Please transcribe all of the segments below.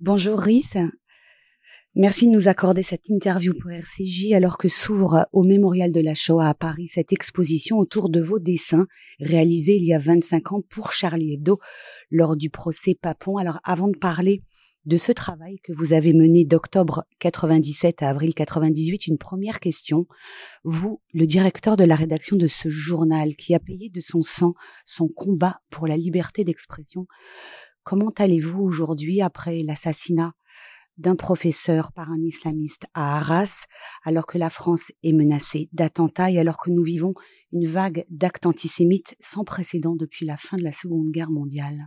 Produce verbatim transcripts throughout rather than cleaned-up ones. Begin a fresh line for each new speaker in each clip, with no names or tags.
Bonjour Rhys, merci de nous accorder cette interview pour R C J alors que s'ouvre au Mémorial de la Shoah à Paris cette exposition autour de vos dessins réalisés il y a vingt-cinq ans pour Charlie Hebdo lors du procès Papon. Alors avant de parler de ce travail que vous avez mené d'octobre quatre-vingt-dix-sept à avril quatre-vingt-dix-huit, une première question. Vous, le directeur de la rédaction de ce journal qui a payé de son sang son combat pour la liberté d'expression, comment allez-vous aujourd'hui après l'assassinat d'un professeur par un islamiste à Arras, alors que la France est menacée d'attentats et alors que nous vivons une vague d'actes antisémites sans précédent depuis la fin de la Seconde Guerre mondiale?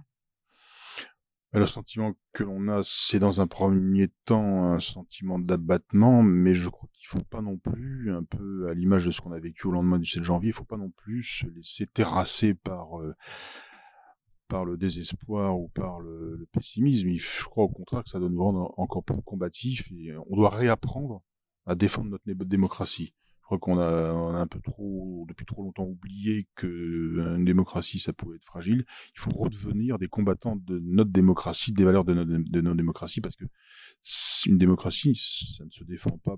Le sentiment que l'on a, c'est dans un premier temps un sentiment d'abattement, mais je crois qu'il faut pas non plus, un peu à l'image de ce qu'on a vécu au lendemain du sept janvier, il faut pas non plus se laisser terrasser par euh, par le désespoir ou par le, le pessimisme. Il, je crois au contraire que ça doit nous rendre encore plus combatifs et on doit réapprendre à défendre notre né- démocratie. Je crois qu'on a, on a un peu trop, depuis trop longtemps oublié que une démocratie, ça pouvait être fragile. Il faut redevenir des combattants de notre démocratie, des valeurs de notre, de notre démocratie, parce que une démocratie, ça ne se défend pas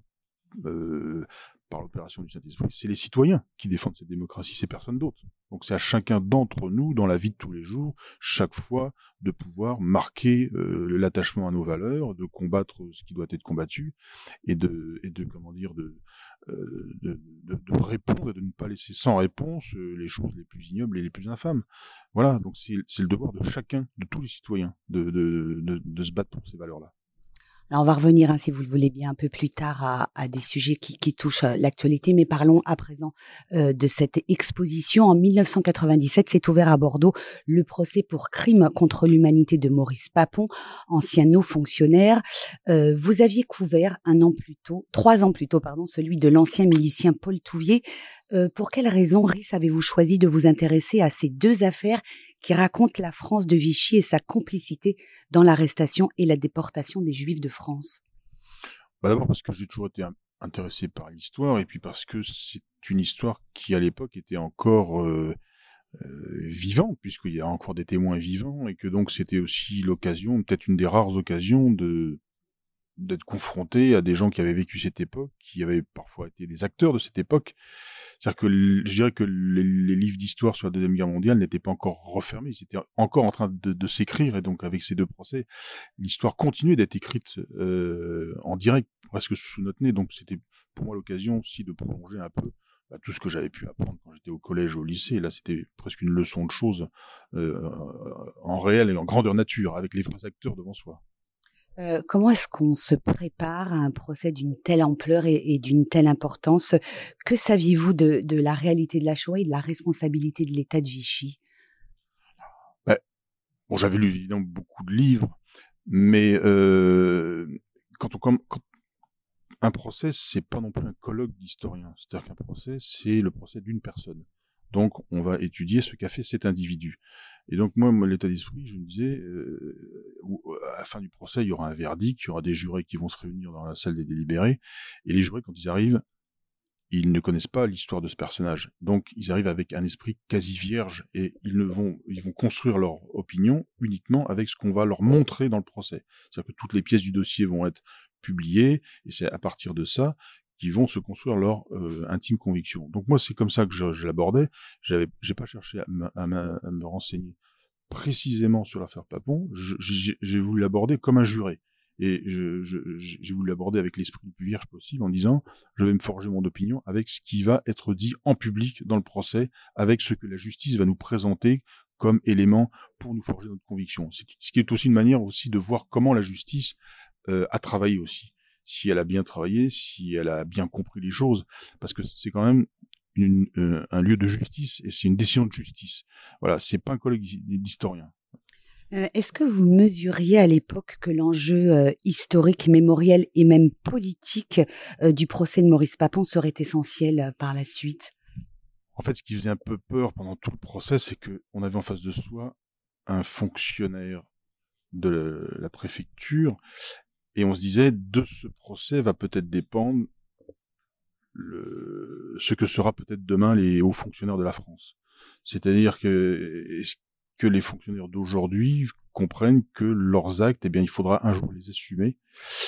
euh, par l'opération du Saint-Esprit. C'est les citoyens qui défendent cette démocratie, c'est personne d'autre. Donc c'est à chacun d'entre nous, dans la vie de tous les jours, chaque fois, de pouvoir marquer euh, l'attachement à nos valeurs, de combattre ce qui doit être combattu, et de, et de comment dire, de, euh, de, de, de répondre et de ne pas laisser sans réponse euh, les choses les plus ignobles et les plus infâmes. Voilà, donc c'est, c'est le devoir de chacun, de tous les citoyens, de, de, de, de se battre pour ces valeurs-là.
Alors on va revenir, hein, si vous le voulez bien, un peu plus tard à, à des sujets qui, qui touchent euh, l'actualité, mais parlons à présent euh, de cette exposition. En mille neuf cent quatre-vingt-dix-sept, s'est ouvert à Bordeaux le procès pour crime contre l'humanité de Maurice Papon, ancien haut fonctionnaire. Euh, vous aviez couvert un an plus tôt, trois ans plus tôt, pardon, celui de l'ancien milicien Paul Touvier. Euh, pour quelle raison, Rhys, avez-vous choisi de vous intéresser à ces deux affaires qui racontent la France de Vichy et sa complicité dans l'arrestation et la déportation des Juifs de France?
Bah d'abord parce que j'ai toujours été intéressé par l'histoire, et puis parce que c'est une histoire qui, à l'époque, était encore euh, euh, vivante, puisqu'il y a encore des témoins vivants, et que donc c'était aussi l'occasion, peut-être une des rares occasions, de d'être confronté à des gens qui avaient vécu cette époque, qui avaient parfois été des acteurs de cette époque. C'est-à-dire que je dirais que les, les livres d'histoire sur la Deuxième Guerre mondiale n'étaient pas encore refermés, ils étaient encore en train de, de s'écrire, et donc avec ces deux procès, l'histoire continuait d'être écrite euh, en direct, presque sous notre nez, donc c'était pour moi l'occasion aussi de prolonger un peu bah, tout ce que j'avais pu apprendre quand j'étais au collège, au lycée. Là, c'était presque une leçon de choses euh, en réel et en grandeur nature, avec les vrais acteurs devant soi.
Euh, comment est-ce qu'on se prépare à un procès d'une telle ampleur et, et d'une telle importance? Que saviez-vous de, de la réalité de la Shoah et de la responsabilité de l'État de Vichy?
Bah, bon, j'avais lu évidemment beaucoup de livres, mais euh, quand on comme quand un procès, c'est pas non plus un colloque d'historiens. C'est-à-dire qu'un procès, c'est le procès d'une personne. Donc, on va étudier ce qu'a fait cet individu. Et donc, moi, moi l'état d'esprit, je me disais, euh, à la fin du procès, il y aura un verdict, il y aura des jurés qui vont se réunir dans la salle des délibérés, et les jurés, quand ils arrivent, ils ne connaissent pas l'histoire de ce personnage. Donc, ils arrivent avec un esprit quasi vierge, et ils ne vont, ils vont construire leur opinion uniquement avec ce qu'on va leur montrer dans le procès. C'est-à-dire que toutes les pièces du dossier vont être publiées, et c'est à partir de ça qu'ils vont se construire leur euh, intime conviction. Donc moi, c'est comme ça que je, je l'abordais. J'avais, j'ai pas cherché à, m- à, m- à me renseigner précisément sur l'affaire Papon. Je- J'ai j'ai voulu l'aborder comme un juré. Et je, je, j'ai voulu l'aborder avec l'esprit le plus vierge possible, en disant, je vais me forger mon opinion avec ce qui va être dit en public dans le procès, avec ce que la justice va nous présenter comme élément pour nous forger notre conviction. C'est ce qui est aussi une manière aussi de voir comment la justice euh, a travaillé aussi. Si elle a bien travaillé, si elle a bien compris les choses, parce que c'est quand même une, euh, un lieu de justice, et c'est une décision de justice. Voilà, c'est pas un collègue d'historien.
Euh, est-ce que vous mesuriez à l'époque que l'enjeu euh, historique, mémoriel et même politique euh, du procès de Maurice Papon serait essentiel euh, par la suite?
En fait, ce qui faisait un peu peur pendant tout le procès, c'est que on avait en face de soi un fonctionnaire de la, la préfecture, et on se disait, de ce procès va peut-être dépendre le, ce que sera peut-être demain les hauts fonctionnaires de la France. C'est-à-dire que que les fonctionnaires d'aujourd'hui comprennent que leurs actes, eh bien, il faudra un jour les assumer.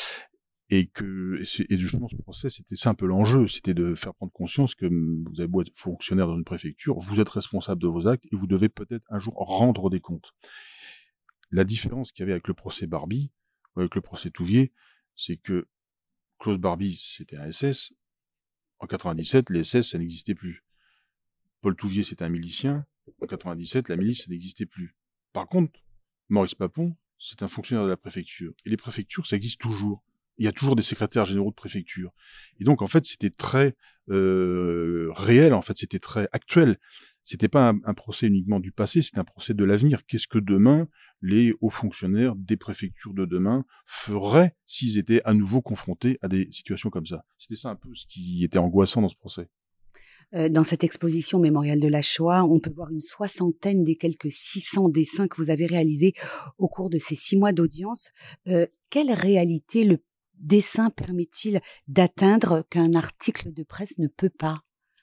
Et que, et justement, ce procès, c'était ça un peu l'enjeu, c'était de faire prendre conscience que vous avez beau être fonctionnaire dans une préfecture, vous êtes responsable de vos actes et vous devez peut-être un jour rendre des comptes. La différence qu'il y avait avec le procès Barbie, ou avec le procès Touvier, c'est que Klaus Barbie, c'était un S S. En quatre-vingt-dix-sept, les S S, ça n'existait plus. Paul Touvier, c'était un milicien. En quatre-vingt-dix-sept, la milice, ça n'existait plus. Par contre, Maurice Papon, c'est un fonctionnaire de la préfecture. Et les préfectures, ça existe toujours. Il y a toujours des secrétaires généraux de préfecture. Et donc, en fait, c'était très euh, réel, en fait, c'était très actuel. C'était pas un, un procès uniquement du passé, c'était un procès de l'avenir. Qu'est-ce que demain, les hauts fonctionnaires des préfectures de demain feraient s'ils étaient à nouveau confrontés à des situations comme ça? C'était ça un peu ce qui était angoissant dans ce procès.
Dans cette exposition mémoriale de la Shoah, on peut voir une soixantaine des quelques six cents dessins que vous avez réalisés au cours de ces six mois d'audience. Euh, quelle réalité le dessin permet-il d'atteindre qu'un article de presse ne peut pas?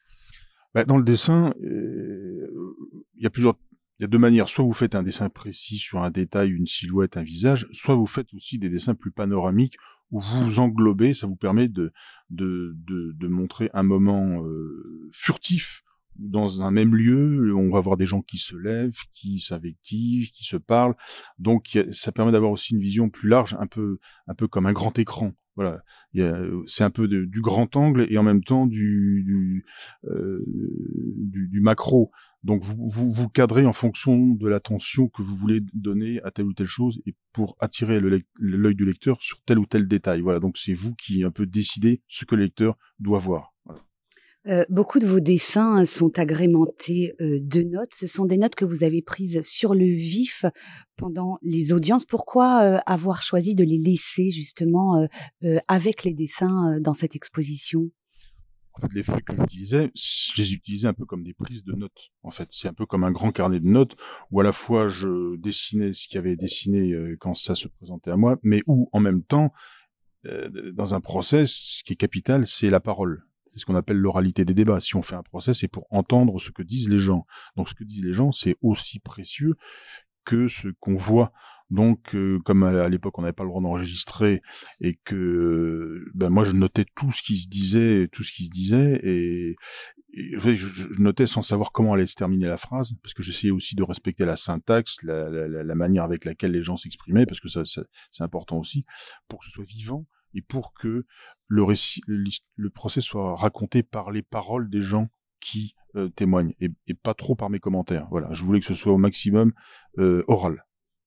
Bah, dans le dessin, euh, il y a plusieurs, il y a deux manières. Soit vous faites un dessin précis sur un détail, une silhouette, un visage, soit vous faites aussi des dessins plus panoramiques où vous englobez, ça vous permet de de de, de montrer un moment euh, furtif dans un même lieu. On va voir des gens qui se lèvent, qui s'invectivent, qui se parlent. Donc ça permet d'avoir aussi une vision plus large, un peu un peu comme un grand écran. Voilà, il y a, c'est un peu de, du grand angle et en même temps du du, euh, du, du macro. Donc vous, vous vous cadrez en fonction de l'attention que vous voulez donner à telle ou telle chose et pour attirer le, l'œil du lecteur sur tel ou tel détail. Voilà, donc c'est vous qui un peu décidez ce que le lecteur doit voir. Voilà.
Euh, beaucoup de vos dessins sont agrémentés euh, de notes. Ce sont des notes que vous avez prises sur le vif pendant les audiences. Pourquoi euh, avoir choisi de les laisser justement euh, euh, avec les dessins euh, dans cette exposition?
En fait, les feuilles que j'utilisais, je les utilisais un peu comme des prises de notes. En fait, c'est un peu comme un grand carnet de notes où à la fois je dessinais ce qu'il y avait dessiné euh, quand ça se présentait à moi, mais où en même temps, euh, dans un process, ce qui est capital, c'est la parole. C'est ce qu'on appelle l'oralité des débats. Si on fait un procès, c'est pour entendre ce que disent les gens. Donc ce que disent les gens, c'est aussi précieux que ce qu'on voit. Donc, euh, comme à l'époque on n'avait pas le droit d'enregistrer et que ben moi je notais tout ce qui se disait, tout ce qui se disait et, et en fait, je, je notais sans savoir comment allait se terminer la phrase parce que j'essayais aussi de respecter la syntaxe, la, la, la manière avec laquelle les gens s'exprimaient parce que ça, ça c'est important aussi pour que ce soit vivant et pour que le récit, le, le procès soit raconté par les paroles des gens qui euh, témoignent et, et pas trop par mes commentaires. Voilà, je voulais que ce soit au maximum euh, oral.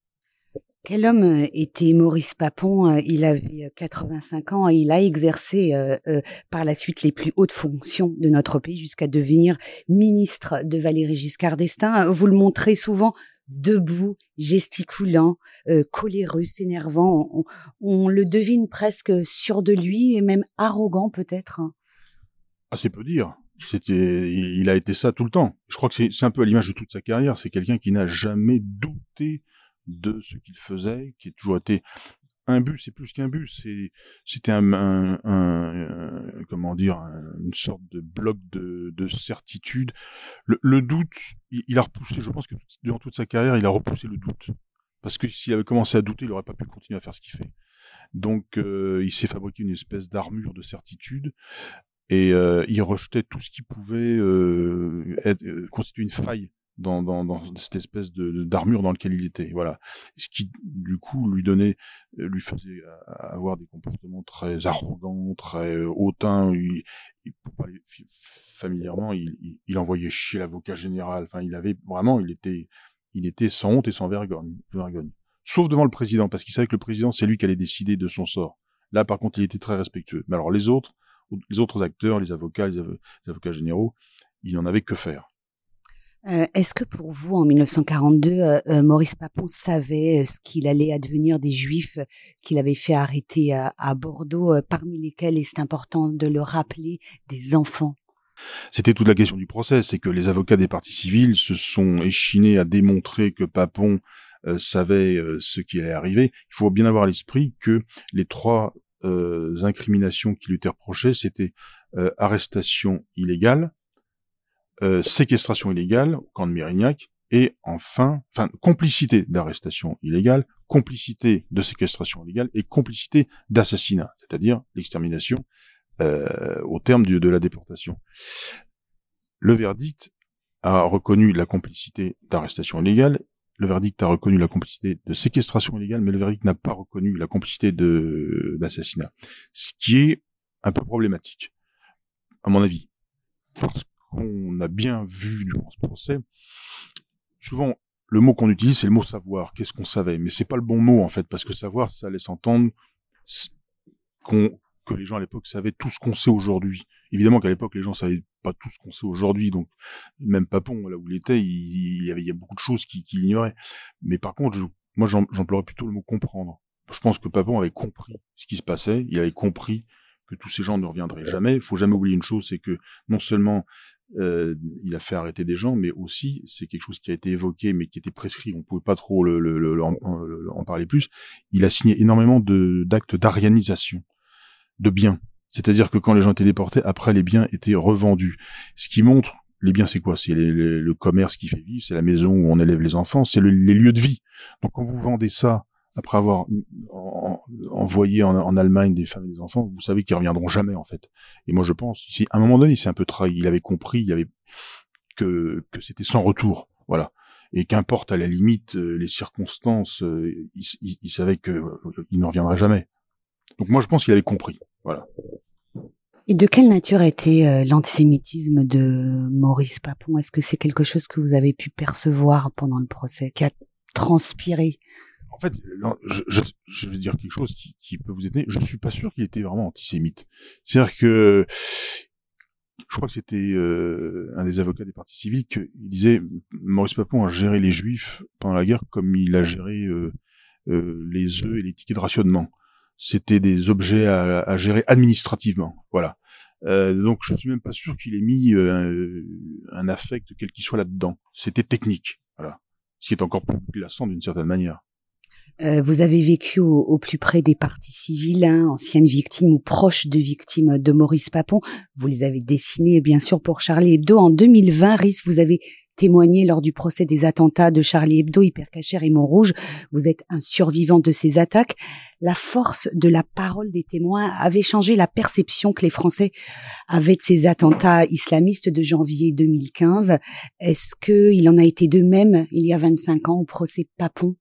Quel homme était Maurice Papon? Il avait quatre-vingt-cinq ans et il a exercé euh, euh, par la suite les plus hautes fonctions de notre pays jusqu'à devenir ministre de Valéry Giscard d'Estaing. Vous le montrez souvent debout, gesticulant, euh, coléreux, s'énervant. On, on le devine presque sûr de lui et même arrogant peut-être.
Ah, c'est peu dire. C'était, il a été ça tout le temps. Je crois que c'est, c'est un peu à l'image de toute sa carrière. C'est quelqu'un qui n'a jamais douté de ce qu'il faisait, qui a toujours été un but, c'est plus qu'un but, c'est c'était un, un, un, un comment dire, un, une sorte de bloc de, de certitude. Le, le doute, il, il a repoussé. Je pense que tout, durant toute sa carrière, il a repoussé le doute, parce que s'il avait commencé à douter, il aurait pas pu continuer à faire ce qu'il fait. Donc, euh, il s'est fabriqué une espèce d'armure de certitude. Et euh, il rejetait tout ce qui pouvait euh, être, euh, constituer une faille dans, dans, dans cette espèce de, d'armure dans laquelle il était. Voilà. Ce qui, du coup, lui donnait, lui faisait avoir des comportements très arrogants, très hautains. Il, il, pour parler familièrement, il, il, il envoyait chier l'avocat général. Enfin, il avait vraiment, il était, il était sans honte et sans vergogne. vergogne. Sauf devant le président, parce qu'il savait que le président, c'est lui qui allait décider de son sort. Là, par contre, il était très respectueux. Mais alors, les autres, les autres acteurs, les avocats, les, av- les avocats généraux, il n'en avait que faire.
Euh, est-ce que pour vous, en mille neuf cent quarante-deux, euh, euh, Maurice Papon savait euh, ce qu'il allait advenir des Juifs euh, qu'il avait fait arrêter à, à Bordeaux, euh, parmi lesquels, et c'est important de le rappeler, des enfants?
C'était toute la question du procès, c'est que les avocats des parties civiles se sont échinés à démontrer que Papon euh, savait euh, ce qui allait arriver. Il faut bien avoir à l'esprit que les trois euh, incriminations qui lui étaient reprochées, c'était euh, arrestation illégale, Euh, séquestration illégale au camp de Mérignac et enfin, enfin, complicité d'arrestation illégale, complicité de séquestration illégale et complicité d'assassinat, c'est-à-dire l'extermination euh, au terme du, de la déportation. Le verdict a reconnu la complicité d'arrestation illégale, le verdict a reconnu la complicité de séquestration illégale, mais le verdict n'a pas reconnu la complicité de d'assassinat, ce qui est un peu problématique, à mon avis, parce qu'on a bien vu durant ce procès, souvent le mot qu'on utilise c'est le mot savoir, qu'est-ce qu'on savait, mais c'est pas le bon mot en fait, parce que savoir ça laisse entendre qu'on que les gens à l'époque savaient tout ce qu'on sait aujourd'hui. Évidemment qu'à l'époque les gens savaient pas tout ce qu'on sait aujourd'hui, donc même Papon là où il était, il, il y avait il y a beaucoup de choses qu'il qu'il ignorait. Mais par contre, je, moi j'emploierais plutôt le mot comprendre. Je pense que Papon avait compris ce qui se passait, il avait compris que tous ces gens ne reviendraient jamais. Il faut jamais oublier une chose, c'est que non seulement euh, il a fait arrêter des gens, mais aussi c'est quelque chose qui a été évoqué, mais qui était prescrit. On pouvait pas trop le, le, le, en, en parler plus. Il a signé énormément de d'actes d'arianisation de biens. C'est-à-dire que quand les gens étaient déportés, après les biens étaient revendus. Ce qui montre, les biens c'est quoi? C'est les, les, le commerce qui fait vivre, c'est la maison où on élève les enfants, c'est le, les lieux de vie. Donc quand vous vendez ça, après avoir en, envoyé en, en Allemagne des femmes et des enfants, vous savez qu'ils reviendront jamais en fait. Et moi je pense, si, à un moment donné, il s'est un peu trahi, il avait compris, il avait que, que c'était sans retour. Voilà. Et qu'importe à la limite euh, les circonstances, euh, il, il, il savait que euh, il ne reviendrait jamais. Donc moi je pense qu'il avait compris. Voilà.
Et de quelle nature était euh, l'antisémitisme de Maurice Papon? Est-ce que c'est quelque chose que vous avez pu percevoir pendant le procès, qui a transpiré?
En fait, je, je, je vais dire quelque chose qui, qui peut vous aider. Je suis pas sûr qu'il était vraiment antisémite. C'est-à-dire que je crois que c'était euh, un des avocats des partis civils qui disait Maurice Papon a géré les Juifs pendant la guerre comme il a géré euh, euh, les œufs et les tickets de rationnement. C'était des objets à, à gérer administrativement, voilà. Euh, donc je suis même pas sûr qu'il ait mis euh, un, un affect quel qu'il soit là-dedans. C'était technique, voilà. Ce qui est encore plus glaçant d'une certaine manière.
Euh, vous avez vécu au, au plus près des parties civiles, hein, anciennes victimes ou proches de victimes de Maurice Papon. Vous les avez dessinées, bien sûr, pour Charlie Hebdo. En deux mille vingt, Rhys, vous avez témoigné lors du procès des attentats de Charlie Hebdo, Hypercacher et Montrouge. Vous êtes un survivant de ces attaques. La force de la parole des témoins avait changé la perception que les Français avaient de ces attentats islamistes de janvier deux mille quinze. Est-ce qu'il en a été de même il y a vingt-cinq ans au procès Papon?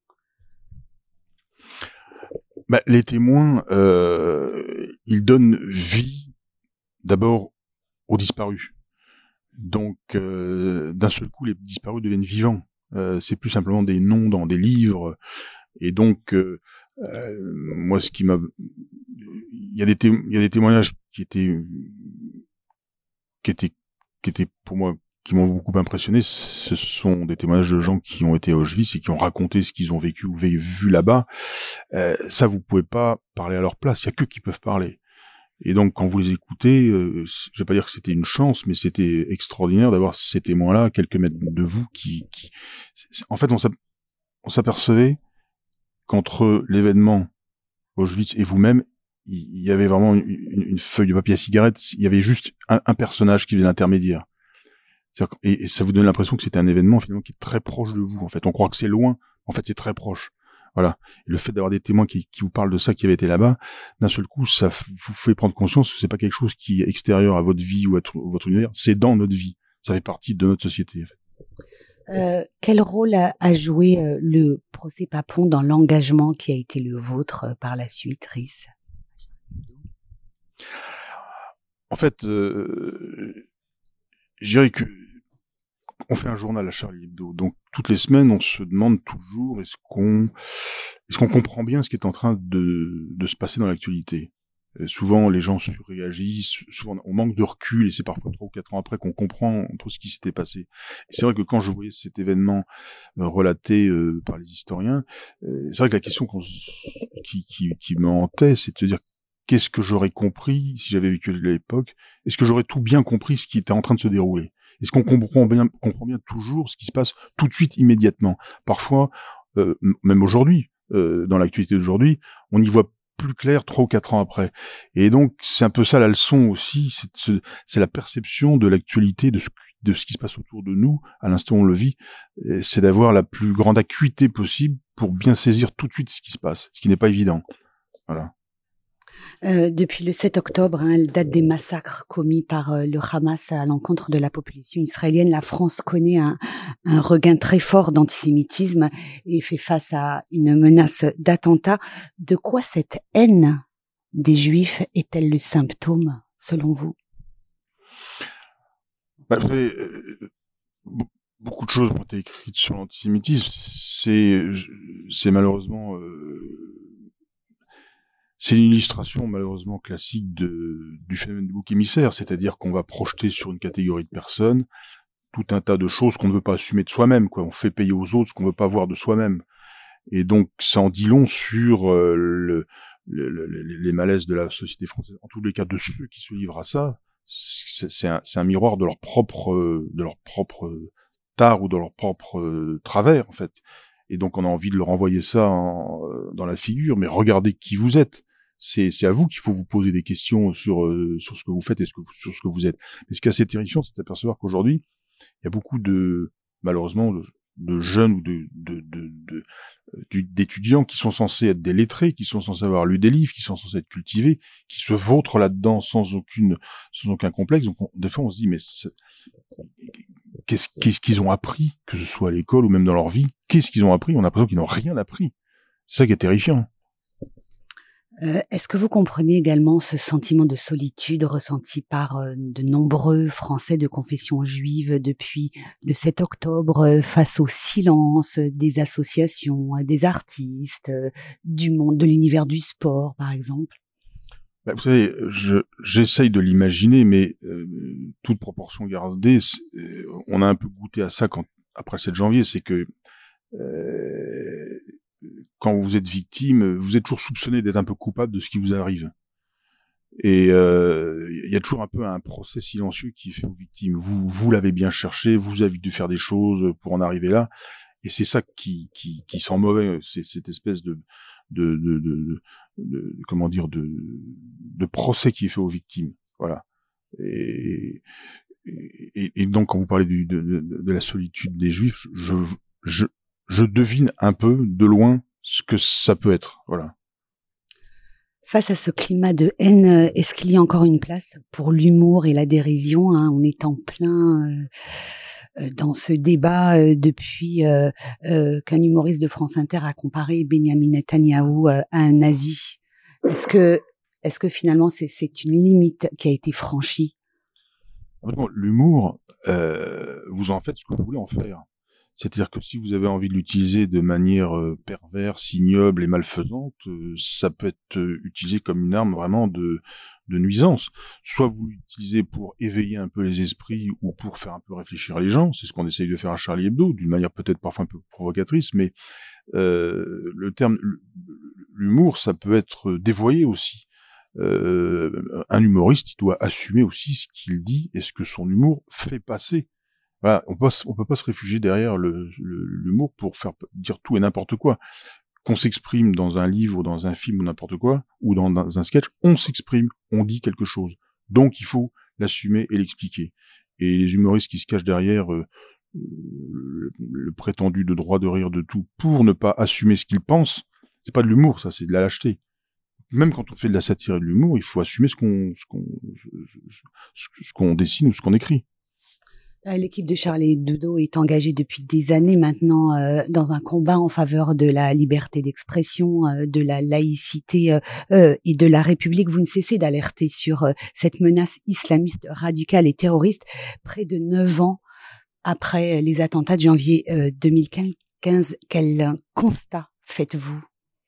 Bah, les témoins, euh, ils donnent vie d'abord aux disparus. Donc, euh, d'un seul coup, les disparus deviennent vivants. Euh, c'est plus simplement des noms dans des livres. Et donc, euh, euh, moi, ce qui m'a, il y a des té... il y a des témoignages qui étaient, qui étaient, qui étaient pour moi, qui m'ont beaucoup impressionné. Ce sont des témoignages de gens qui ont été à Auschwitz et qui ont raconté ce qu'ils ont vécu ou vu là-bas. Euh, ça, vous pouvez pas parler à leur place. Il y a qu'eux qui peuvent parler. Et donc, quand vous les écoutez, euh, je vais pas dire que c'était une chance, mais c'était extraordinaire d'avoir ces témoins-là à quelques mètres de vous qui, qui... en fait, on s'apercevait qu'entre l'événement Auschwitz et vous-même, il y avait vraiment une, une, une feuille de papier à cigarette. Il y avait juste un, un personnage qui faisait l'intermédiaire. Et, et ça vous donne l'impression que c'était un événement finalement qui est très proche de vous. En fait, on croit que c'est loin, en fait, c'est très proche. Voilà. Et le fait d'avoir des témoins qui, qui vous parlent de ça, qui avaient été là-bas, d'un seul coup, ça vous fait prendre conscience que c'est pas quelque chose qui est extérieur à votre vie ou à votre univers, c'est dans notre vie. Ça fait partie de notre société. En fait.
Euh, quel rôle a, a joué euh, le procès Papon dans l'engagement qui a été le vôtre euh, par la suite, Rhys?
En fait, euh, je dirais que on fait un journal à Charlie Hebdo, donc toutes les semaines on se demande toujours est-ce qu'on est-ce qu'on comprend bien ce qui est en train de, de se passer dans l'actualité. Et souvent les gens surréagissent, souvent on manque de recul et c'est parfois trois ou quatre ans après qu'on comprend un peu ce qui s'était passé. Et c'est vrai que quand je voyais cet événement euh, relaté euh, par les historiens, euh, c'est vrai que la question qu'on, qui, qui, qui me hantait, c'est de se dire qu'est-ce que j'aurais compris si j'avais vécu à l'époque? Est-ce que j'aurais tout bien compris ce qui était en train de se dérouler? Est-ce qu'on comprend bien, comprend bien toujours ce qui se passe tout de suite, immédiatement? Parfois, euh, même aujourd'hui, euh, dans l'actualité d'aujourd'hui, on y voit plus clair trois ou quatre ans après. Et donc, c'est un peu ça la leçon aussi, c'est, c'est la perception de l'actualité, de ce de ce qui se passe autour de nous, à l'instant où on le vit, c'est d'avoir la plus grande acuité possible pour bien saisir tout de suite ce qui se passe, ce qui n'est pas évident. Voilà.
Euh, depuis le sept octobre, hein, date des massacres commis par euh, le Hamas à l'encontre de la population israélienne, la France connaît un, un regain très fort d'antisémitisme et fait face à une menace d'attentat. De quoi cette haine des Juifs est-elle le symptôme, selon vous?
Bah, vous savez, euh, beaucoup de choses ont été écrites sur l'antisémitisme. C'est, c'est malheureusement, euh, c'est une illustration malheureusement classique de, du phénomène du bouc émissaire, c'est-à-dire qu'on va projeter sur une catégorie de personnes tout un tas de choses qu'on ne veut pas assumer de soi-même, quoi. On fait payer aux autres ce qu'on ne veut pas voir de soi-même. Et donc, ça en dit long sur euh, le, le, le, les malaises de la société française. En tous les cas, de ceux qui se livrent à ça, c'est, c'est, un, c'est un miroir de leur propre, de leur propre tard ou de leur propre euh, travers, en fait. Et donc, on a envie de leur envoyer ça en, dans la figure. Mais regardez qui vous êtes. C'est, c'est à vous qu'il faut vous poser des questions sur euh, sur ce que vous faites et ce que vous, sur ce que vous êtes. Mais ce qui est assez terrifiant, c'est d'apercevoir qu'aujourd'hui, il y a beaucoup de, malheureusement, de, de jeunes ou de, de, de, de, de, d'étudiants qui sont censés être des lettrés, qui sont censés avoir lu des livres, qui sont censés être cultivés, qui se vautrent là-dedans sans aucune, sans aucun complexe. Donc, on, des fois, on se dit, mais qu'est-ce, qu'est-ce qu'ils ont appris, que ce soit à l'école ou même dans leur vie? Qu'est-ce qu'ils ont appris? On a l'impression qu'ils n'ont rien appris. C'est ça qui est terrifiant.
Euh, est-ce que vous comprenez également ce sentiment de solitude ressenti par euh, de nombreux Français de confession juive depuis le sept octobre euh, face au silence des associations, euh, des artistes, euh, du monde, de l'univers du sport, par exemple?
Bah, vous savez, je, j'essaye de l'imaginer, mais euh, toute proportion gardée, euh, on a un peu goûté à ça quand, après le sept janvier, c'est que euh, quand vous êtes victime, vous êtes toujours soupçonné d'être un peu coupable de ce qui vous arrive. Et il euh, y a toujours un peu un procès silencieux qui est fait aux victimes. Vous, vous l'avez bien cherché, vous avez dû faire des choses pour en arriver là, et c'est ça qui, qui, qui sent mauvais. C'est cette espèce de, de, de, de, de, de comment dire, de, de procès qui est fait aux victimes. Voilà. Et, et, et donc, quand vous parlez du, de, de, de la solitude des Juifs, je, je, je devine un peu de loin ce que ça peut être, voilà.
Face à ce climat de haine, est-ce qu'il y a encore une place pour l'humour et la dérision, hein? On est en plein euh, dans ce débat euh, depuis euh, euh, qu'un humoriste de France Inter a comparé Benyamin Netanyahou euh, à un nazi. Est-ce que, est-ce que finalement c'est, c'est une limite qui a été franchie?
L'humour, euh, vous en faites ce que vous voulez en faire. C'est-à-dire que si vous avez envie de l'utiliser de manière euh, perverse, ignoble et malfaisante, euh, ça peut être euh, utilisé comme une arme vraiment de, de nuisance. Soit vous l'utilisez pour éveiller un peu les esprits ou pour faire un peu réfléchir les gens, c'est ce qu'on essaye de faire à Charlie Hebdo, d'une manière peut-être parfois un peu provocatrice, mais euh, le terme, l'humour, ça peut être dévoyé aussi. Euh, un humoriste, il doit assumer aussi ce qu'il dit et ce que son humour fait passer. Voilà, on peut, on peut pas se réfugier derrière le, le, l'humour pour faire dire tout et n'importe quoi. Qu'on s'exprime dans un livre, ou dans un film ou n'importe quoi, ou dans, dans un sketch, on s'exprime, on dit quelque chose. Donc il faut l'assumer et l'expliquer. Et les humoristes qui se cachent derrière euh, le, le prétendu de droit de rire de tout pour ne pas assumer ce qu'ils pensent, c'est pas de l'humour, ça, c'est de la lâcheté. Même quand on fait de la satire et de l'humour, il faut assumer ce qu'on, ce qu'on, ce qu'on dessine ou ce qu'on écrit.
L'équipe de Charlie Hebdo est engagée depuis des années maintenant euh, dans un combat en faveur de la liberté d'expression, euh, de la laïcité euh, euh, et de la République. Vous ne cessez d'alerter sur euh, cette menace islamiste radicale et terroriste près de neuf ans après les attentats de janvier euh, deux mille quinze. Quel constat faites-vous?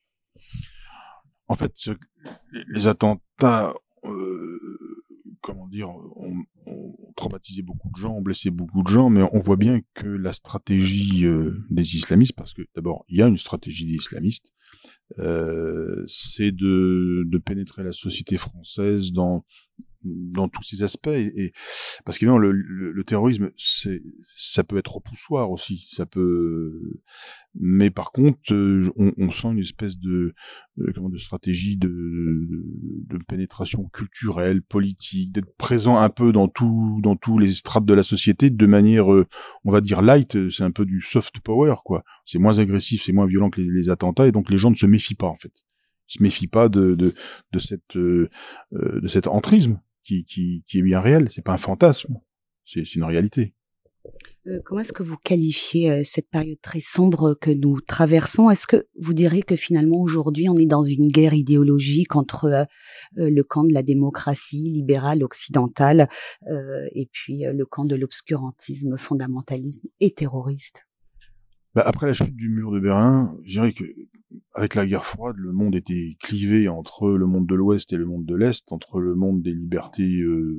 En fait, les attentats... Euh... comment dire, ont on traumatisé beaucoup de gens, ont blessé beaucoup de gens, mais on voit bien que la stratégie euh, des islamistes, parce que d'abord, il y a une stratégie des islamistes, euh, c'est de, de pénétrer la société française dans dans tous ces aspects, et, et parce que le, le, le terrorisme, c'est, ça peut être repoussoir aussi, ça peut, mais par contre, on, on sent une espèce de, de comment, de stratégie de, de, de pénétration culturelle, politique, d'être présent un peu dans tout, dans tous les strates de la société de manière, euh, on va dire light, c'est un peu du soft power, quoi. C'est moins agressif, c'est moins violent que les, les attentats, et donc les gens ne se méfient pas, en fait. Ils se méfient pas de, de, de cette, euh, de cet entrisme qui, qui, qui est bien réel. C'est pas un fantasme, c'est, c'est une réalité.
Euh, comment est-ce que vous qualifiez euh, cette période très sombre que nous traversons? Est-ce que vous direz que finalement aujourd'hui on est dans une guerre idéologique entre euh, euh, le camp de la démocratie libérale occidentale euh, et puis euh, le camp de l'obscurantisme fondamentaliste et terroriste?
Bah, après la chute du mur de Berlin, je dirais que avec la guerre froide, le monde était clivé entre le monde de l'Ouest et le monde de l'Est, entre le monde des libertés, euh,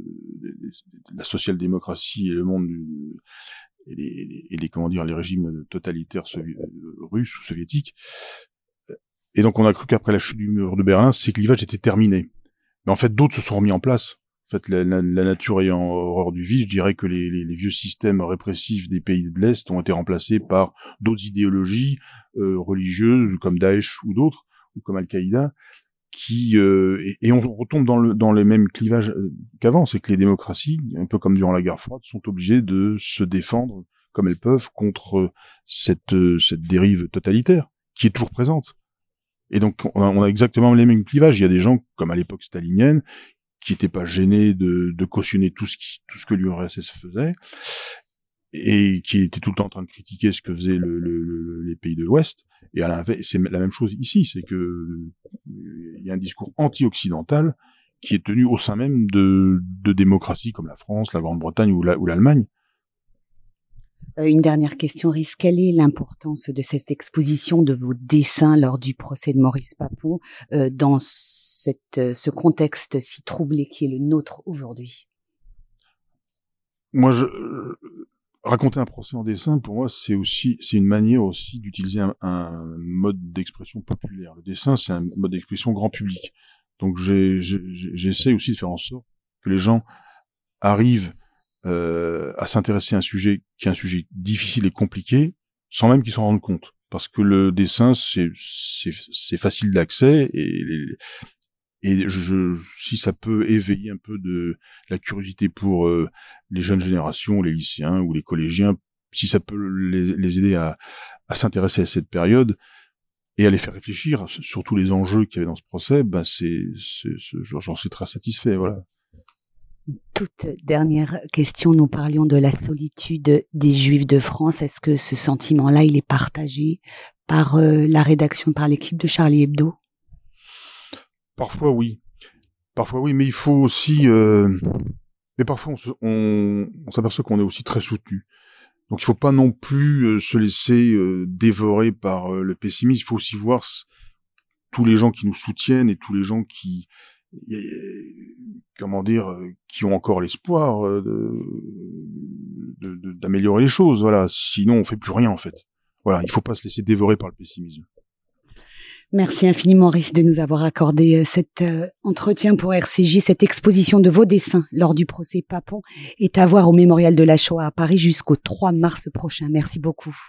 de la social-démocratie et le monde du, et les, et les comment dire les régimes totalitaires sovi- russes ou soviétiques. Et donc on a cru qu'après la chute du mur de Berlin, ces clivages étaient terminés. Mais en fait, d'autres se sont remis en place. En fait, la, la, la nature ayant horreur du vice, je dirais que les, les, les vieux systèmes répressifs des pays de l'Est ont été remplacés par d'autres idéologies euh, religieuses, comme Daesh ou d'autres, ou comme Al-Qaïda, qui euh, et, et on retombe dans le dans les mêmes clivages qu'avant. C'est que les démocraties, un peu comme durant la guerre froide, sont obligées de se défendre comme elles peuvent contre cette cette dérive totalitaire qui est toujours présente. Et donc on a, on a exactement les mêmes clivages. Il y a des gens comme à l'époque stalinienne qui n'étaient pas gênés de, de cautionner tout ce qui, tout ce que l'U R S S faisait, et qui étaient tout le temps en train de critiquer ce que faisaient le, le, le, les pays de l'Ouest. Et à l'inverse, c'est la même chose ici, c'est que il y a un discours anti-occidental qui est tenu au sein même de, de démocraties comme la France, la Grande-Bretagne ou, la, ou l'Allemagne.
Une dernière question, Rhys. Quelle est l'importance de cette exposition de vos dessins lors du procès de Maurice Papon euh, dans cette, ce contexte si troublé qui est le nôtre aujourd'hui?
Moi, je, euh, raconter un procès en dessin, pour moi, c'est aussi, c'est une manière aussi d'utiliser un, un mode d'expression populaire. Le dessin, c'est un mode d'expression grand public. Donc, j'ai, j'ai, j'essaie aussi de faire en sorte que les gens arrivent Euh, à s'intéresser à un sujet qui est un sujet difficile et compliqué, sans même qu'ils s'en rendent compte. Parce que le dessin, c'est, c'est, c'est facile d'accès, et, et je, si ça peut éveiller un peu de la curiosité pour euh, les jeunes générations, les lycéens ou les collégiens, si ça peut les, les aider à, à s'intéresser à cette période, et à les faire réfléchir sur tous les enjeux qu'il y avait dans ce procès, ben c'est, c'est, c'est j'en suis très satisfait, voilà.
Toute dernière question, nous parlions de la solitude des Juifs de France. Est-ce que ce sentiment-là, il est partagé par euh, la rédaction, par l'équipe de Charlie Hebdo?
Parfois oui, parfois oui, mais il faut aussi... Euh... Mais parfois on, se, on, on s'aperçoit qu'on est aussi très soutenu. Donc il faut pas non plus euh, se laisser euh, dévorer par euh, le pessimisme. Il faut aussi voir c- tous les gens qui nous soutiennent et tous les gens qui... comment dire, qui ont encore l'espoir de, de, de, d'améliorer les choses. Voilà, sinon on fait plus rien en fait. Voilà, il faut pas se laisser dévorer par le pessimisme.
Merci infiniment, Rhys, de nous avoir accordé cet euh, entretien pour R C J. Cette exposition de vos dessins lors du procès Papon est à voir au Mémorial de la Shoah à Paris jusqu'au trois mars prochain. Merci beaucoup.